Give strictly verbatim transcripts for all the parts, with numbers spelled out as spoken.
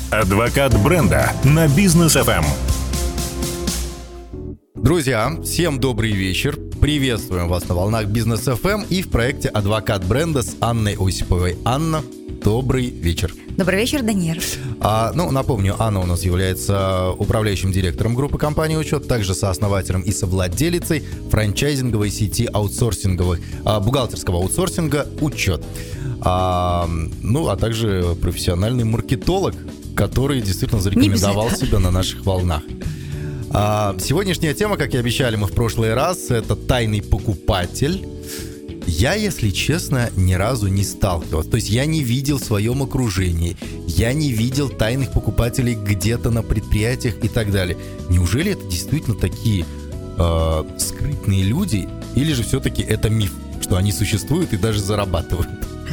Адвокат бренда на Бизнес эф эм. Друзья, всем добрый вечер. Приветствуем вас на волнах Бизнес эф эм и в проекте «Адвокат бренда» с Анной Осиповой. Анна, добрый вечер. Добрый вечер, Даниэль. А, ну, напомню, Анна у нас является управляющим директором группы компании «Учет», также сооснователем и совладелицей франчайзинговой сети аутсорсинговых, а, бухгалтерского аутсорсинга «Учет». А, ну, а также профессиональный маркетолог, который действительно зарекомендовал себя на наших волнах. А, сегодняшняя тема, как и обещали мы в прошлый раз, это тайный покупатель. Я, если честно, ни разу не сталкивался. То есть я не видел в своем окружении, я не видел тайных покупателей где-то на предприятиях и так далее. Неужели это действительно такие э, скрытные люди, или же все-таки это миф, что они существуют и даже зарабатывают?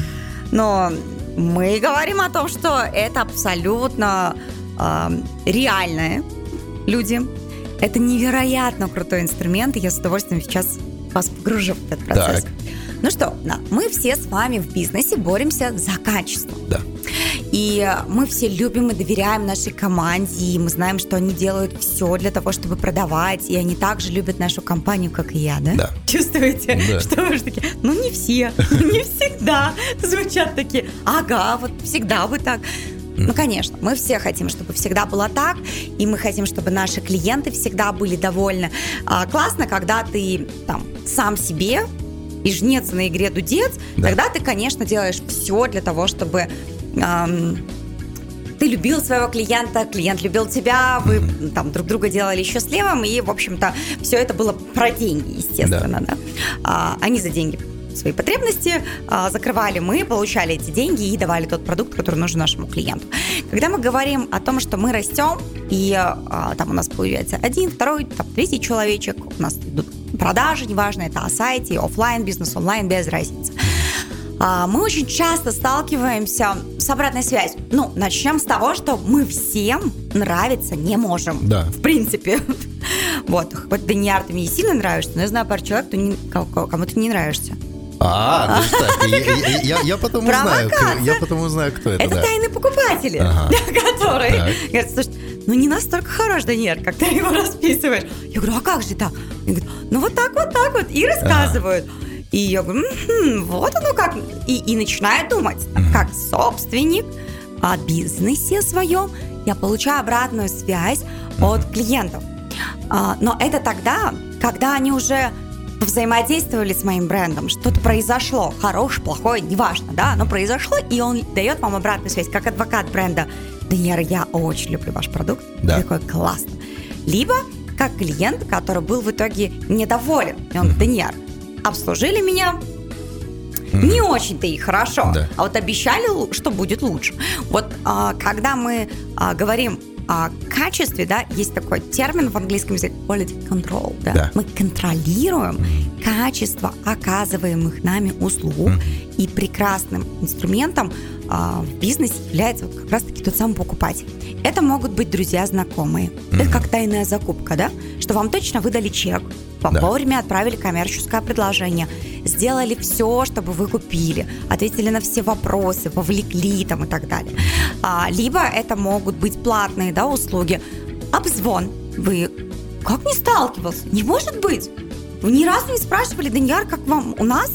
Но мы говорим о том, что это абсолютно э, реальные люди. Это невероятно крутой инструмент, и я с удовольствием сейчас вас погружу в этот процесс. Так. Ну что, да, мы все с вами в бизнесе боремся за качество. Да. И мы все любим и доверяем нашей команде, и мы знаем, что они делают все для того, чтобы продавать, и они также любят нашу компанию, как и я, да? Да. Чувствуете? Да. Что вы же такие, ну не все, не всегда звучат такие, ага, вот всегда вы так. Ну, конечно, мы все хотим, чтобы всегда было так, и мы хотим, чтобы наши клиенты всегда были довольны. А, классно, когда ты там сам себе и жнец на игре дудец, да. Тогда ты, конечно, делаешь все для того, чтобы эм, ты любил своего клиента, клиент любил тебя, вы mm-hmm. там друг друга делали счастливым, и, в общем-то, все это было про деньги, естественно, да. Да? А, они за деньги свои потребности а, закрывали, мы получали эти деньги и давали тот продукт, который нужен нашему клиенту. Когда мы говорим о том, что мы растем, и а, там у нас появляется один, второй, там, третий человечек, у нас идут продажи, неважно, это о сайте, офлайн, бизнес, онлайн, без разницы. А, мы очень часто сталкиваемся с обратной связью. Ну, начнем с того, что мы всем нравиться не можем. Да. В принципе. Вот, вот Даниэль, ты мне сильно нравишься, но я знаю пару человек, кто не, кому ты не нравишься. А, даже так. Я, я, я, я, потом узнаю, я потом узнаю, кто это. Это да. тайные покупатели, ага. которые так. Говорят, слушай, ну не настолько хорош, Даниэль, как ты его расписываешь. Я говорю, а как же так? Они говорят, ну вот так, вот так вот, и рассказывают. Ага. И я говорю, м-м, вот оно как. И, и начинаю думать, mm-hmm. как собственник о бизнесе своем, я получаю обратную связь mm-hmm. от клиентов. А, но это тогда, когда они уже взаимодействовали с моим брендом, что-то произошло, хорошее, плохое, неважно, да, оно произошло, и он дает вам обратную связь, как адвокат бренда. Даниэль, я очень люблю ваш продукт, да. Такой классно. Либо как клиент, который был в итоге недоволен, и он, Даниэль, обслужили меня mm. не очень-то и хорошо, да. А вот обещали, что будет лучше. Вот а, когда мы а, говорим о качестве, да, есть такой термин в английском языке quality control, да? Да. Мы контролируем mm. качество оказываемых нами услуг, mm. и прекрасным инструментом а, в бизнесе является вот как раз-таки тот самый покупатель. Это могут быть друзья, знакомые. Mm. Это как тайная закупка, да? Что вам точно выдали чек, вам да. вовремя отправили коммерческое предложение, сделали все, чтобы вы купили, ответили на все вопросы, вовлекли там и так далее. А, либо это могут быть платные, да, услуги. Обзвон. Вы как не сталкивался? Не может быть. Вы ни разу не спрашивали, Даниэль, как вам у нас?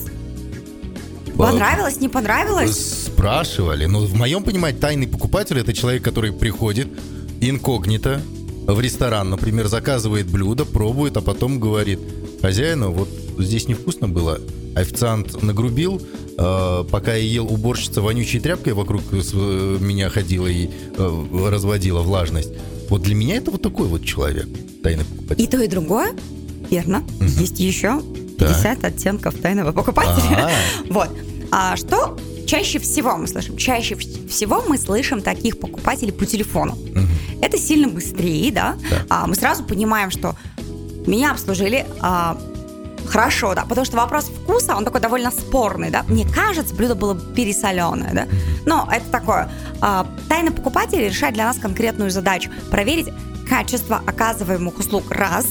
Понравилось, не понравилось? Спрашивали. Но в моем понимании тайный покупатель — это человек, который приходит инкогнито в ресторан, например, заказывает блюдо, пробует, а потом говорит хозяину, вот здесь невкусно было, официант нагрубил, э, пока я ел, уборщица вонючей тряпкой вокруг э, меня ходила и э, разводила влажность. Вот для меня это вот такой вот человек, тайный покупатель. И то, и другое, верно. Угу. Есть еще пятьдесят оттенков тайного покупателя. Вот. А что чаще всего мы слышим? Чаще всего мы слышим таких покупателей по телефону. Угу. Это сильно быстрее, да? Да. А, мы сразу понимаем, что меня обслужили а, хорошо, да, потому что вопрос вкуса, он такой довольно спорный, да. Мне кажется, блюдо было пересоленое, да. Но это такое. А, тайный покупатель решает для нас конкретную задачу: проверить качество оказываемых услуг, раз.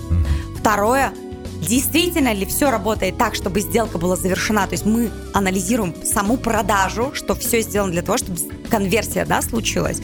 Второе, действительно ли все работает так, чтобы сделка была завершена. То есть мы анализируем саму продажу, что все сделано для того, чтобы конверсия, да, случилась.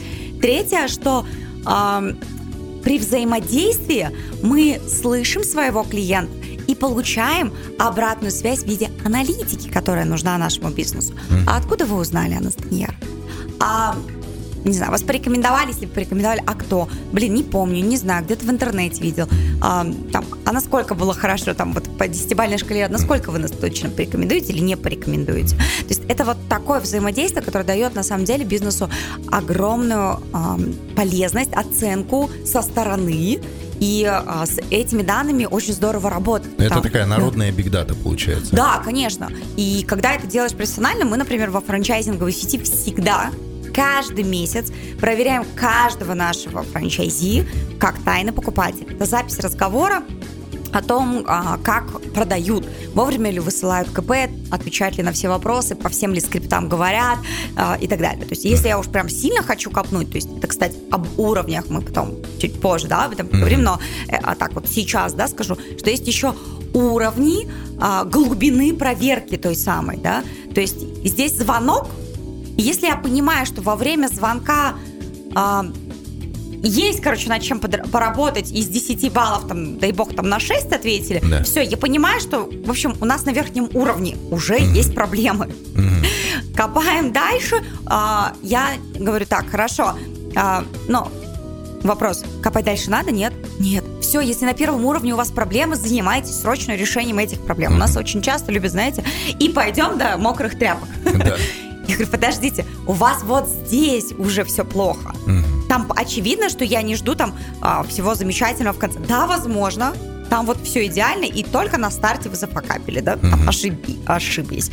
третье, что э, при взаимодействии мы слышим своего клиента и получаем обратную связь в виде аналитики, которая нужна нашему бизнесу. Mm-hmm. А откуда вы узнали, Анастасия? А, не знаю, вас порекомендовали, если бы порекомендовали, а кто? Блин, не помню, не знаю, где-то в интернете видел. А, там, а насколько было хорошо, там вот по десятибалльной шкале, насколько вы нас точно порекомендуете или не порекомендуете? То есть это вот такое взаимодействие, которое дает на самом деле бизнесу огромную а, полезность, оценку со стороны. И а, с этими данными очень здорово работать. Это там такая народная бигдата получается. Да, конечно. И когда это делаешь профессионально, мы, например, во франчайзинговой сети всегда, каждый месяц проверяем каждого нашего франчайзи как тайный покупатель. Это запись разговора о том, как продают, вовремя ли высылают КП, отвечают ли на все вопросы, по всем ли скриптам говорят и так далее. То есть если я уж прям сильно хочу копнуть, то есть это, кстати, об уровнях мы потом чуть позже, да, об этом поговорим, но а так вот сейчас, да, скажу, что есть еще уровни а, глубины проверки той самой, да, то есть здесь звонок, и если я понимаю, что во время звонка а, есть, короче, над чем поработать, из десяти баллов, там, дай бог, там на шесть ответили, да. Все, я понимаю, что, в общем, у нас на верхнем уровне уже mm-hmm. есть проблемы. Mm-hmm. Копаем дальше, а, я говорю, так, хорошо, а, но вопрос, копать дальше надо? Нет? Нет. Все, если на первом уровне у вас проблемы, занимайтесь срочно решением этих проблем. Mm-hmm. У нас очень часто любят, знаете, и пойдем до мокрых тряпок. Да. Я говорю, подождите, у вас вот здесь уже все плохо. Mm-hmm. Там очевидно, что я не жду там а, всего замечательного в конце. Да, возможно, там вот все идеально, и только на старте вы зафакапили, да, mm-hmm. там ошиби, ошиблись.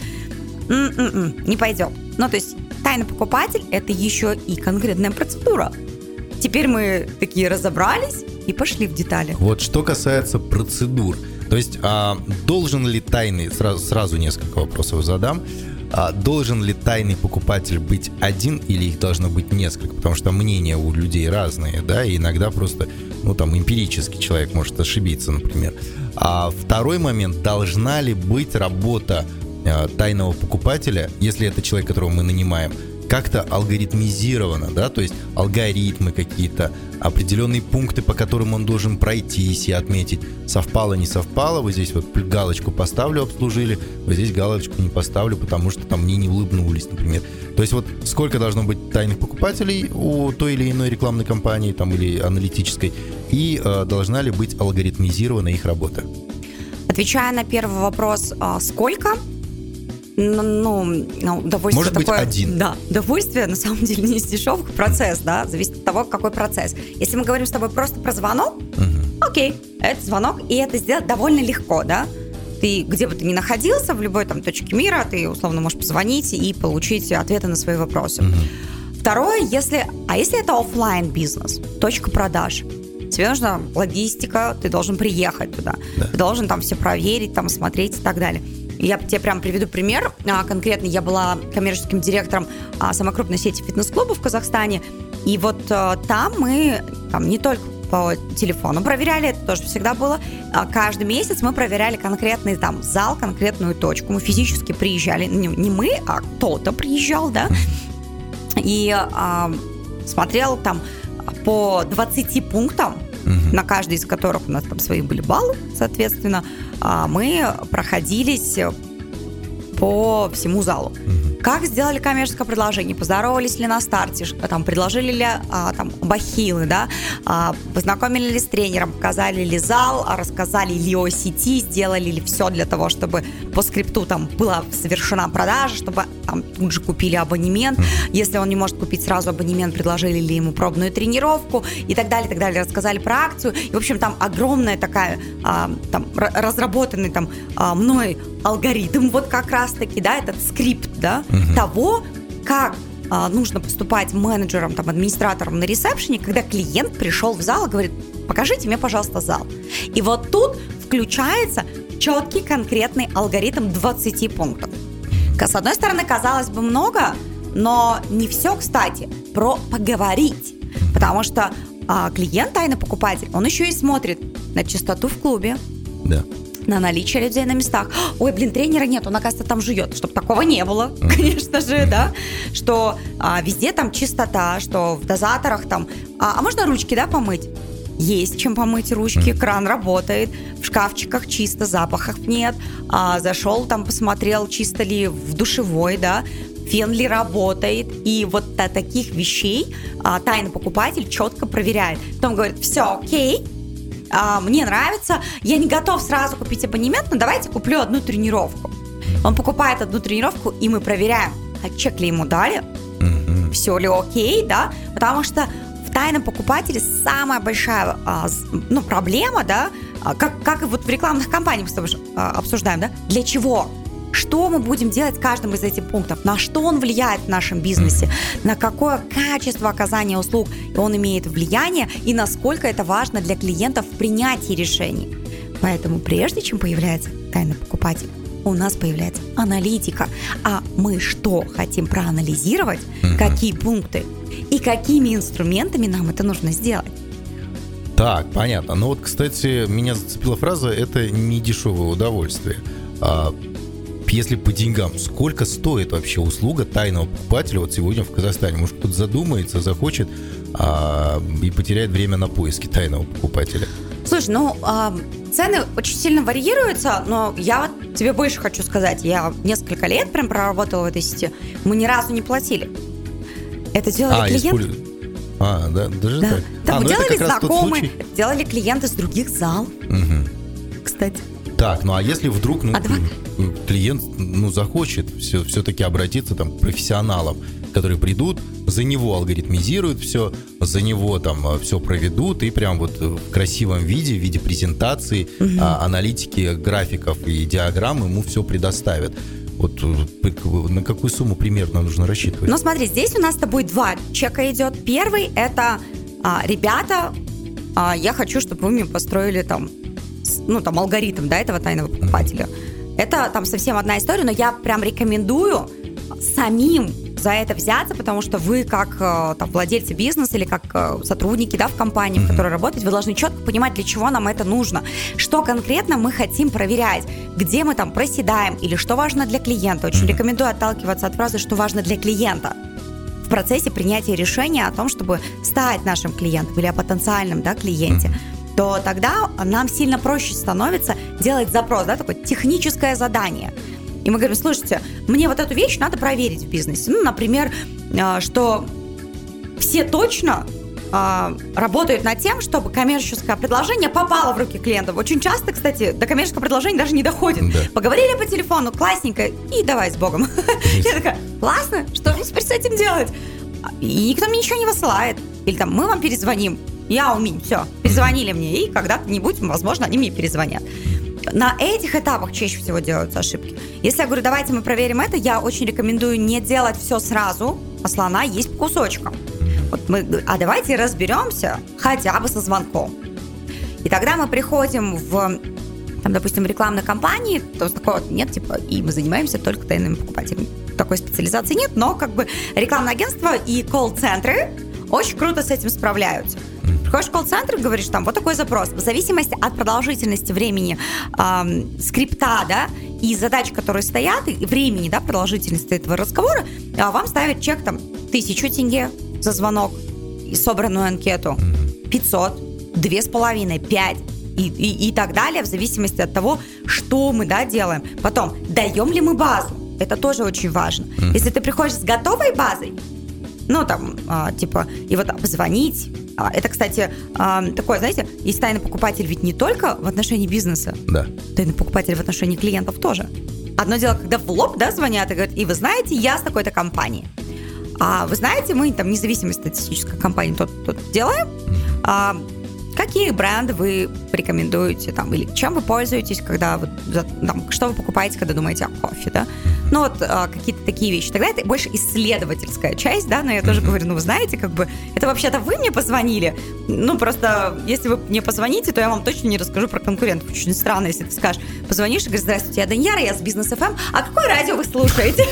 М-м-м, не пойдет. Ну, то есть тайный покупатель – это еще и конкретная процедура. Теперь мы такие разобрались и пошли в детали. Вот что касается процедур. То есть а, должен ли тайный, сразу, сразу несколько вопросов задам, а, должен ли тайный покупатель быть один или их должно быть несколько? Потому что мнения у людей разные, да, и иногда просто, ну, там, эмпирически человек может ошибиться, например. А второй момент, должна ли быть работа а, тайного покупателя, если это человек, которого мы нанимаем, как-то алгоритмизировано, да, то есть алгоритмы какие-то, определенные пункты, по которым он должен пройтись и отметить, совпало, не совпало, вот здесь вот галочку поставлю, обслужили, вот здесь галочку не поставлю, потому что там мне не улыбнулись, например. То есть вот сколько должно быть тайных покупателей у той или иной рекламной кампании там, или аналитической, и э, должна ли быть алгоритмизирована их работа? Отвечая на первый вопрос, сколько? Ну, ну, удовольствие может быть такое, один. Да, удовольствие на самом деле не из дешевых, процесс, да, зависит от того, какой процесс. Если мы говорим с тобой просто про звонок, uh-huh. окей, это звонок, и это сделать довольно легко, да. Ты, где бы ты ни находился, в любой там точке мира, ты условно можешь позвонить и получить ответы на свои вопросы. Uh-huh. Второе, если, а если это офлайн бизнес, точка продаж, тебе нужна логистика, ты должен приехать туда, да. Ты должен там все проверить, там смотреть и так далее. Я тебе прям приведу пример. Конкретно я была коммерческим директором самой крупной сети фитнес-клубов в Казахстане. И вот там мы там, не только по телефону проверяли, это тоже всегда было. Каждый месяц мы проверяли конкретный там зал, конкретную точку. Мы физически приезжали. Не мы, а кто-то приезжал, да. И а, смотрел там по двадцати пунктам, Uh-huh. на каждый из которых у нас там свои были баллы, соответственно, мы проходились по всему залу. Uh-huh. Как сделали коммерческое предложение, поздоровались ли на старте, там, предложили ли а, там, бахилы, да, а, познакомили ли с тренером, показали ли зал, рассказали ли о сети, сделали ли все для того, чтобы по скрипту там была совершена продажа, чтобы там тут же купили абонемент. Uh-huh. Если он не может купить сразу абонемент, предложили ли ему пробную тренировку и так далее, и так далее. Рассказали про акцию. И, в общем, там огромная такая, а, там, разработанный там а, мной алгоритм, вот как раз-таки, да, этот скрипт, да, uh-huh. того, как а, нужно поступать менеджером, там, администратором на ресепшене, когда клиент пришел в зал и говорит, покажите мне, пожалуйста, зал. И вот тут включается четкий конкретный алгоритм двадцати пунктов. С одной стороны, казалось бы, много, но не все, кстати, про поговорить. Потому что а, клиент, тайный покупатель, он еще и смотрит на чистоту в клубе, да. на наличие людей на местах. Ой, блин, тренера нет, он, оказывается, там жует. Чтобы такого не было, конечно же, да. Что а, везде там чистота, что в дозаторах там... А, а можно ручки, да, помыть? Есть чем помыть ручки, кран работает, в шкафчиках чисто, запахов нет. А, зашел там, посмотрел, чисто ли в душевой, да, фен ли работает. И вот а, таких вещей а, тайный покупатель четко проверяет. Потом говорит, все, окей, а, мне нравится, я не готов сразу купить абонемент, но давайте куплю одну тренировку. Он покупает одну тренировку, и мы проверяем, а чек ли ему дали, mm-hmm. все ли окей, да, потому что в тайном покупателе самая большая а, ну, проблема, да, как, как и вот в рекламных кампаниях мы с тобой а, обсуждаем, да, для чего? Что мы будем делать с каждым из этих пунктов? На что он влияет в нашем бизнесе? На какое качество оказания услуг он имеет влияние? И насколько это важно для клиентов в принятии решений? Поэтому прежде чем появляется тайный покупатель, у нас появляется аналитика. А мы что хотим проанализировать? Mm-hmm. Какие пункты? И какими инструментами нам это нужно сделать? Так, понятно. Ну вот, кстати, меня зацепила фраза «это не дешевое удовольствие». А если по деньгам, сколько стоит вообще услуга тайного покупателя вот сегодня в Казахстане? Может, кто-то задумается, захочет а, и потеряет время на поиски тайного покупателя? Слушай, ну, а, цены очень сильно варьируются, но я вот тебе больше хочу сказать. Я несколько лет прям проработала в этой сети. Мы ни разу не платили. Это делали а, клиенты. Использ... А, да, даже да. так. Так, а, мы ну делали это знакомые, это делали клиенты с других залов. Угу. Кстати. Так, ну а если вдруг ну, а давай... клиент ну, захочет все, все-таки обратиться там, к профессионалам, которые придут, за него алгоритмизируют все, за него там все проведут и прям вот в красивом виде, в виде презентации, угу. а, аналитики, графиков и диаграмм ему все предоставят. Вот на какую сумму примерно нужно рассчитывать? Ну смотри, здесь у нас с тобой два чека идет. Первый – это а, ребята, а, я хочу, чтобы вы мне построили там, ну, там алгоритм, да, этого тайного покупателя. Mm-hmm. Это там совсем одна история, но я прям рекомендую самим за это взяться, потому что вы как там, владельцы бизнеса или как сотрудники, да, в компании, mm-hmm. в которой работаете, вы должны четко понимать, для чего нам это нужно, что конкретно мы хотим проверять, где мы там проседаем или что важно для клиента. Очень mm-hmm. рекомендую отталкиваться от фразы, что важно для клиента в процессе принятия решения о том, чтобы стать нашим клиентом или о потенциальном, да, клиенте. Mm-hmm. то тогда нам сильно проще становится делать запрос, да, такое техническое задание. И мы говорим, слушайте, мне вот эту вещь надо проверить в бизнесе. Ну, например, что все точно работают над тем, чтобы коммерческое предложение попало в руки клиентов. Очень часто, кстати, до коммерческого предложения даже не доходит. Да. Поговорили по телефону, классненько, и давай с Богом. Я такая, классно, что мне теперь с этим делать? И никто мне ничего не высылает. Или там, мы вам перезвоним. Я умею, все, перезвонили мне, и когда-нибудь, возможно, они мне перезвонят. На этих этапах чаще всего делаются ошибки. Если я говорю, давайте мы проверим это, я очень рекомендую не делать все сразу, а слона есть по кусочкам. Вот мы, а давайте разберемся хотя бы со звонком. И тогда мы приходим в, там, допустим, в рекламной кампании, то такого нет, типа, и мы занимаемся только тайными покупателями. Такой специализации нет, но как бы рекламное агентство и колл-центры очень круто с этим справляются. Приходишь в колл-центр, говоришь, там, вот такой запрос. В зависимости от продолжительности времени эм, скрипта, да, и задач, которые стоят, и времени, да, продолжительности этого разговора, э, вам ставят чек, там, тысячу тенге за звонок и собранную анкету, пятьсот, две с половиной, пять и, и, и так далее, в зависимости от того, что мы, да, делаем. Потом, даем ли мы базу? Это тоже очень важно. Mm-hmm. Если ты приходишь с готовой базой, ну, там, а, типа, и вот позвонить. А, это, кстати, а, такое, знаете, есть тайный покупатель ведь не только в отношении бизнеса. Да. Тайный покупатель в отношении клиентов тоже. Одно дело, когда в лоб, да, звонят и говорят, и вы знаете, я с такой-то компании. А вы знаете, мы там независимой статистической компании тут делаем. А, какие бренды вы порекомендуете, там, или чем вы пользуетесь, когда вы, там, что вы покупаете, когда думаете о кофе, да? Ну вот а, какие-то такие вещи. Тогда это больше исследовательская часть, да, но я тоже говорю, ну вы знаете, как бы, это вообще-то вы мне позвонили. Ну просто, если вы мне позвоните, то я вам точно не расскажу про конкурентов. Очень странно, если ты скажешь, позвонишь и говоришь, здравствуйте, я Данияра, я с Бизнес эф эм, а какое радио вы слушаете?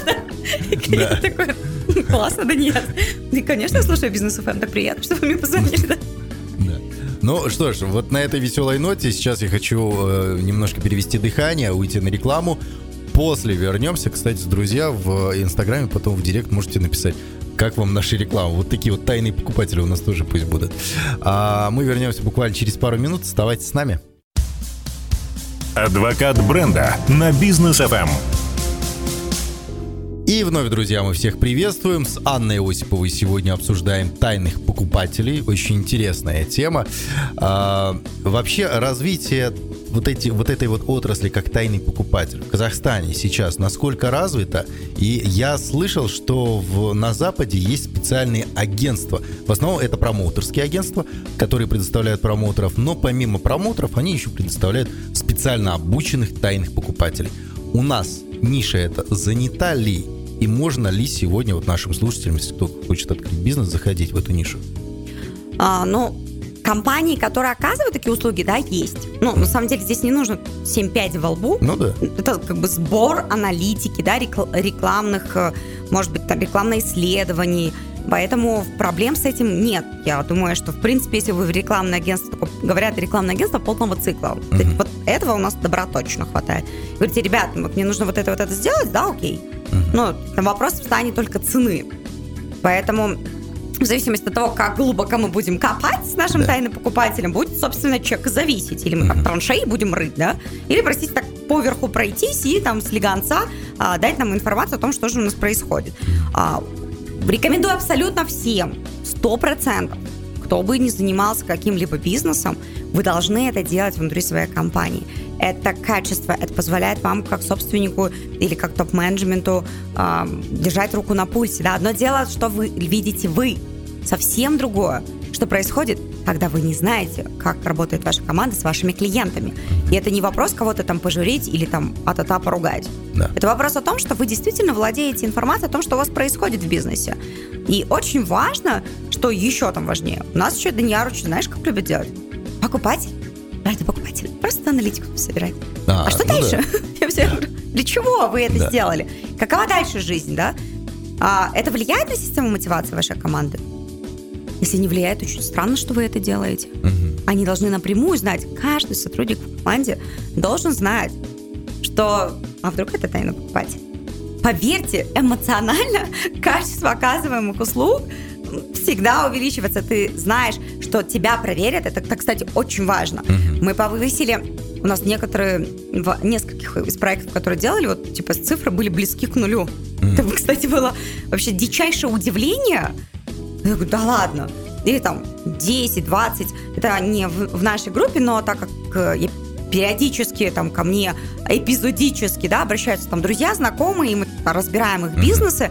И клиент такой, классно, Данияр. И, конечно, я слушаю Бизнес эф эм, так приятно, что вы мне позвонили, да? Ну что ж, вот на этой веселой ноте сейчас я хочу э, немножко перевести дыхание, уйти на рекламу. После вернемся. Кстати, друзья, в Инстаграме, потом в Директ можете написать, как вам наша реклама. Вот такие вот тайные покупатели у нас тоже пусть будут. А мы вернемся буквально через пару минут. Оставайтесь с нами. Адвокат бренда на Бизнес эф эм. И вновь, друзья, мы всех приветствуем. С Анной Осиповой сегодня обсуждаем тайных покупателей. Очень интересная тема. А, вообще, развитие вот, эти, вот этой вот отрасли, как тайный покупатель, в Казахстане сейчас насколько развито? И я слышал, что в, на Западе есть специальные агентства. В основном это промоутерские агентства, которые предоставляют промоутеров. Но помимо промоутеров, они еще предоставляют специально обученных тайных покупателей. У нас ниша эта занята ли? И можно ли сегодня вот нашим слушателям, если кто хочет открыть бизнес, заходить в эту нишу? А, ну, компании, которые оказывают такие услуги, да, есть. Ну, на самом деле, здесь не нужно семь пядей во лбу. Ну да. Это как бы сбор аналитики, да, рекламных, может быть, там, рекламных исследований. Поэтому проблем с этим нет. Я думаю, что, в принципе, если вы в рекламное агентство, говорят, рекламное агентство полного цикла, uh-huh. вот этого у нас добра точно хватает. Говорите, ребят, вот мне нужно вот это, вот это сделать, да, окей. Uh-huh. Но вопрос встанет только цены. Поэтому в зависимости от того, как глубоко мы будем копать с нашим да. тайным покупателем, будет, собственно, чек зависеть. Или мы как uh-huh. траншеи будем рыть, да? Или, простите, так поверху пройтись и там с легонца а, дать нам информацию о том, что же у нас происходит. А, Рекомендую абсолютно всем, сто процентов, кто бы ни занимался каким-либо бизнесом, вы должны это делать внутри своей компании. Это качество, это позволяет вам как собственнику или как топ-менеджменту э, держать руку на пульсе. Да? Одно дело, что вы видите вы, совсем другое, что происходит, когда вы не знаете, как работает ваша команда с вашими клиентами. И это не вопрос кого-то там пожурить или там а-та-та поругать. Да. Это вопрос о том, что вы действительно владеете информацией о том, что у вас происходит в бизнесе. И очень важно, что еще там важнее. У нас еще Данияр очень, знаешь, как любят делать? Покупатель. Ради покупателя. Просто аналитику собирать. А, а что ну дальше? Да. Я все говорю, для чего вы это да. сделали? Какова дальше жизнь, да? А, это влияет на систему мотивации вашей команды? Если не влияет, очень странно, что вы это делаете. Угу. Они должны напрямую знать, каждый сотрудник в команде должен знать, что... А вдруг это тайный покупатель? Поверьте, эмоционально качество оказываемых услуг всегда увеличивается. Ты знаешь, что тебя проверят. Это, это кстати, очень важно. Угу. Мы повысили... У нас некоторые... В нескольких из проектов, которые делали, вот типа цифры были близки к нулю. Угу. Это, кстати, было вообще дичайшее удивление. Я говорю, да ладно. Или там десять, двадцать. Это не в, в нашей группе, но так как я периодически там ко мне эпизодически, да, обращаются там друзья, знакомые, и мы разбираем их бизнесы.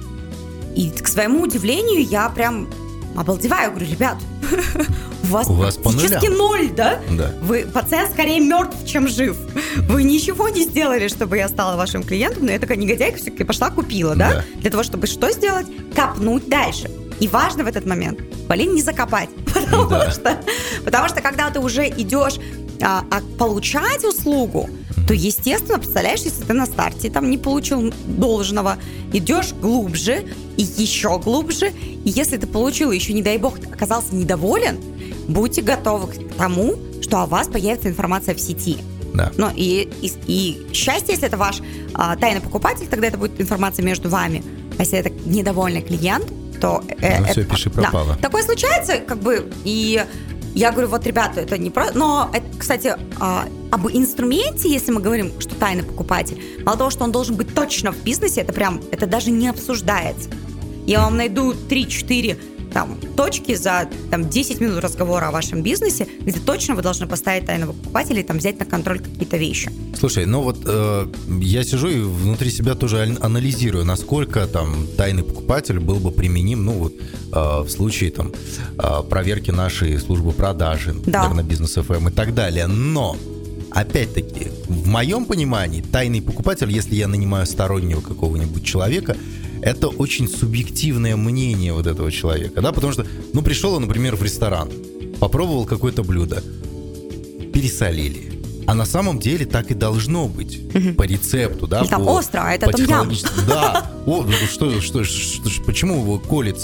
И к своему удивлению я прям обалдеваю. Говорю, ребят, у вас, у вас практически ноль, да? да? Вы, пациент скорее мертв, чем жив. Вы ничего не сделали, чтобы я стала вашим клиентом, но я такая негодяйка все-таки пошла, купила, да? да? Для того, чтобы что сделать? Копнуть дальше. И важно в этот момент, блин, не закопать. Потому, да. что, потому что когда ты уже идешь а, а, получать услугу, то, естественно, представляешь, если ты на старте там не получил должного, идешь глубже и еще глубже. И если ты получил, еще, не дай бог, оказался недоволен, будьте готовы к тому, что о вас появится информация в сети. Да. Ну, и, и, и счастье, если это ваш а, тайный покупатель, тогда это будет информация между вами. А если это недовольный клиент, то... Э, ну, это, все, пиши пропало. Да. Такое случается, как бы, и я говорю, вот, ребята, это не просто... Но, это, кстати, а, об инструменте, если мы говорим, что тайный покупатель, мало того, что он должен быть точно в бизнесе, это прям, это даже не обсуждается. Я вам найду три-четыре там, точки за там, десять минут разговора о вашем бизнесе, где точно вы должны поставить тайного покупателя и там, взять на контроль какие-то вещи. Слушай, ну вот э, я сижу и внутри себя тоже анализирую, насколько там тайный покупатель был бы применим, ну вот э, в случае там э, проверки нашей службы продажи, да. наверное, Бизнес эф эм и так далее. Но опять-таки, в моем понимании, тайный покупатель, если я нанимаю стороннего какого-нибудь человека, это очень субъективное мнение вот этого человека, да, потому что, ну, пришел он, например, в ресторан, попробовал какое-то блюдо, пересолили, а на самом деле так и должно быть, угу. по рецепту, да, или там по, остро, а это там ям. Да, о, что, что, что, что, почему его колется,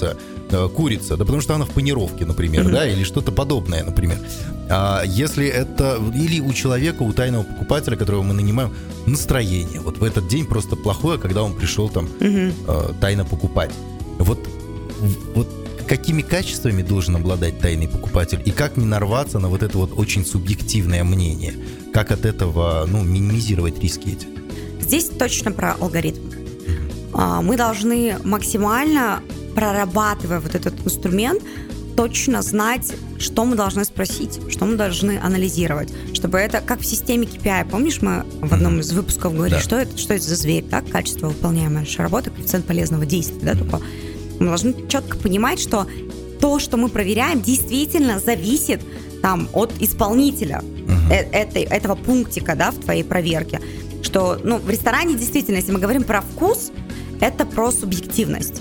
э, курица? Да потому что она в панировке, например, mm-hmm. да, или что-то подобное, например. А если это... Или у человека, у тайного покупателя, которого мы нанимаем, настроение. Вот в этот день просто плохое, когда он пришел там mm-hmm. э, тайно покупать. Вот, вот какими качествами должен обладать тайный покупатель? И как не нарваться на вот это вот очень субъективное мнение? Как от этого, ну, минимизировать риски эти? Здесь точно про алгоритм. Mm-hmm. Мы должны максимально, прорабатывая вот этот инструмент, точно знать, что мы должны спросить, что мы должны анализировать, чтобы это, как в системе кей пи ай, помнишь, мы в одном из выпусков говорили, да. что, это, что это за зверь, да? Качество выполняемой нашей работы, коэффициент полезного действия, да, такое. Мы должны четко понимать, что то, что мы проверяем, действительно зависит там, от исполнителя uh-huh. э- этой, этого пунктика, да, в твоей проверке. Что, ну, в ресторане действительно, если мы говорим про вкус, это про субъективность.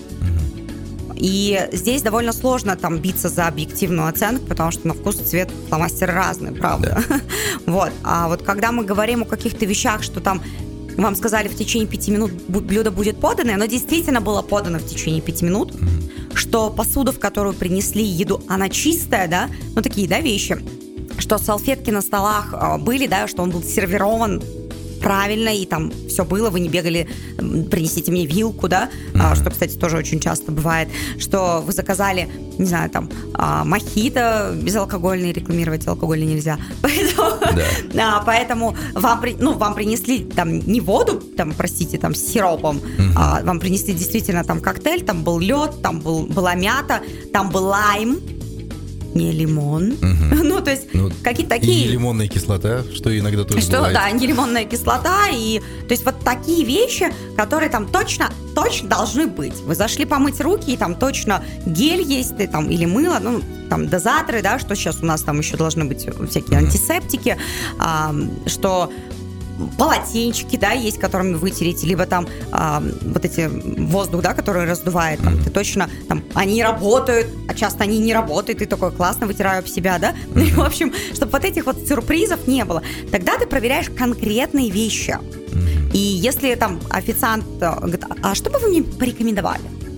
И здесь довольно сложно там биться за объективную оценку, потому что на вкус и цвет фломастеры разные, правда. Да. Вот. А вот когда мы говорим о каких-то вещах, что там вам сказали, в течение пяти минут блюдо будет подано, оно действительно было подано в течение пяти минут, mm-hmm. что посуда, в которую принесли еду, она чистая, да, ну такие, да, вещи, что салфетки на столах были, да, что он был сервирован правильно, и там все было, вы не бегали, принесите мне вилку, да, mm-hmm. а, что, кстати, тоже очень часто бывает, что вы заказали, не знаю, там, а, мохито безалкогольный, рекламировать алкогольный нельзя, поэтому, да. а, поэтому вам, ну, вам принесли там не воду, там, простите, там, с сиропом, mm-hmm. а вам принесли действительно там коктейль, там был лед, там был, была мята, там был лайм, не лимон. Угу. Ну, то есть, ну, какие-то такие... И лимонная кислота, что иногда тоже что, бывает. Да, не лимонная кислота. И, то есть, вот такие вещи, которые там точно, точно должны быть. Вы зашли помыть руки, и там точно гель есть, и, там, или мыло, ну, там, дозаторы, да, что сейчас у нас там еще должны быть всякие угу. антисептики, а, что... полотенчики, да, есть, которыми вытереть, либо там а, вот эти воздух, да, который раздувает, там, mm-hmm. ты точно, там, они работают, а часто они не работают, ты такой, классно, вытираю об себя, да, mm-hmm. в общем, чтобы вот этих вот сюрпризов не было, тогда ты проверяешь конкретные вещи, mm-hmm. и если там официант говорит, а что бы вы мне порекомендовали?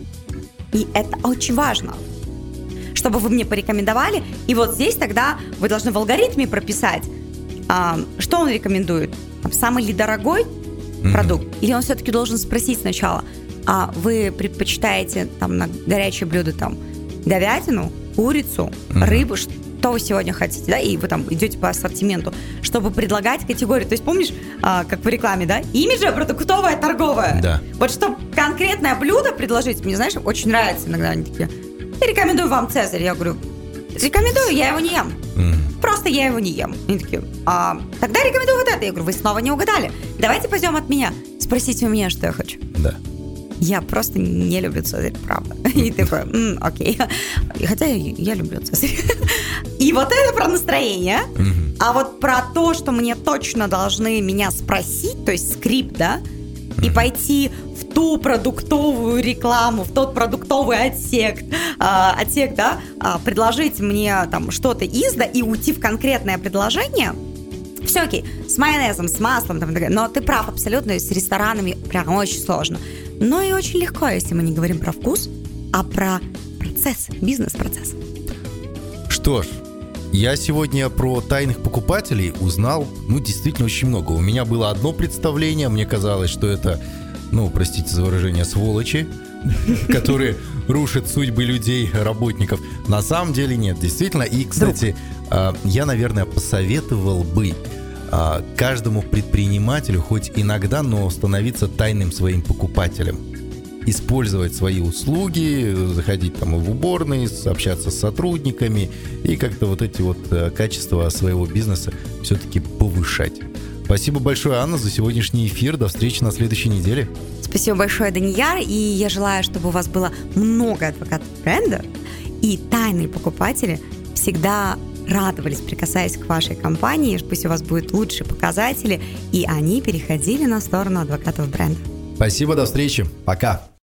И это очень важно, чтобы вы мне порекомендовали, и вот здесь тогда вы должны в алгоритме прописать, а, что он рекомендует. Самый ли дорогой mm-hmm. продукт? Или он все-таки должен спросить сначала, а вы предпочитаете там на горячее блюдо там говядину, курицу, mm-hmm. рыбу, что вы сегодня хотите, да? И вы там идете по ассортименту, чтобы предлагать категории. То есть помнишь, а, как в рекламе, да? Имиджевое, продуктовое, торговое. Да. Вот чтобы конкретное блюдо предложить, мне, знаешь, очень нравится иногда они такие, я рекомендую вам Цезарь. Я говорю, рекомендую, я его не ем. Mm-hmm. Просто я его не ем. Они такие, а, тогда рекомендую вот это. Я говорю, вы снова не угадали. Давайте пойдем от меня. Спросите у меня, что я хочу. Да. Я просто не люблю Цезарь, правда. И такой, м, окей. Хотя я, я люблю Цезарь. И вот это про настроение. Mm-hmm. А вот про то, что мне точно должны меня спросить, то есть скрипт, да, mm-hmm. и пойти в ту продуктовую рекламу, в тот продуктовый отсек, э, отсек, да, э, предложить мне там что-то из, да, и уйти в конкретное предложение. Все окей, с майонезом, с маслом, там, но ты прав абсолютно, с ресторанами прям очень сложно. Но и очень легко, если мы не говорим про вкус, а про процесс, бизнес-процесс. Что ж, я сегодня про тайных покупателей узнал, ну, действительно очень много. У меня было одно представление, мне казалось, что это, ну, простите за выражение, сволочи, которые рушат судьбы людей, работников. На самом деле нет, действительно. И, кстати, я, наверное, посоветовал бы каждому предпринимателю хоть иногда, но становиться тайным своим покупателем. Использовать свои услуги, заходить там в уборные, общаться с сотрудниками и как-то вот эти вот качества своего бизнеса все-таки повышать. Спасибо большое, Анна, за сегодняшний эфир. До встречи на следующей неделе. Спасибо большое, Данияр. И я желаю, чтобы у вас было много адвокатов бренда, и тайные покупатели всегда радовались, прикасаясь к вашей компании. Пусть у вас будут лучшие показатели, и они переходили на сторону адвокатов бренда. Спасибо, до встречи. Пока.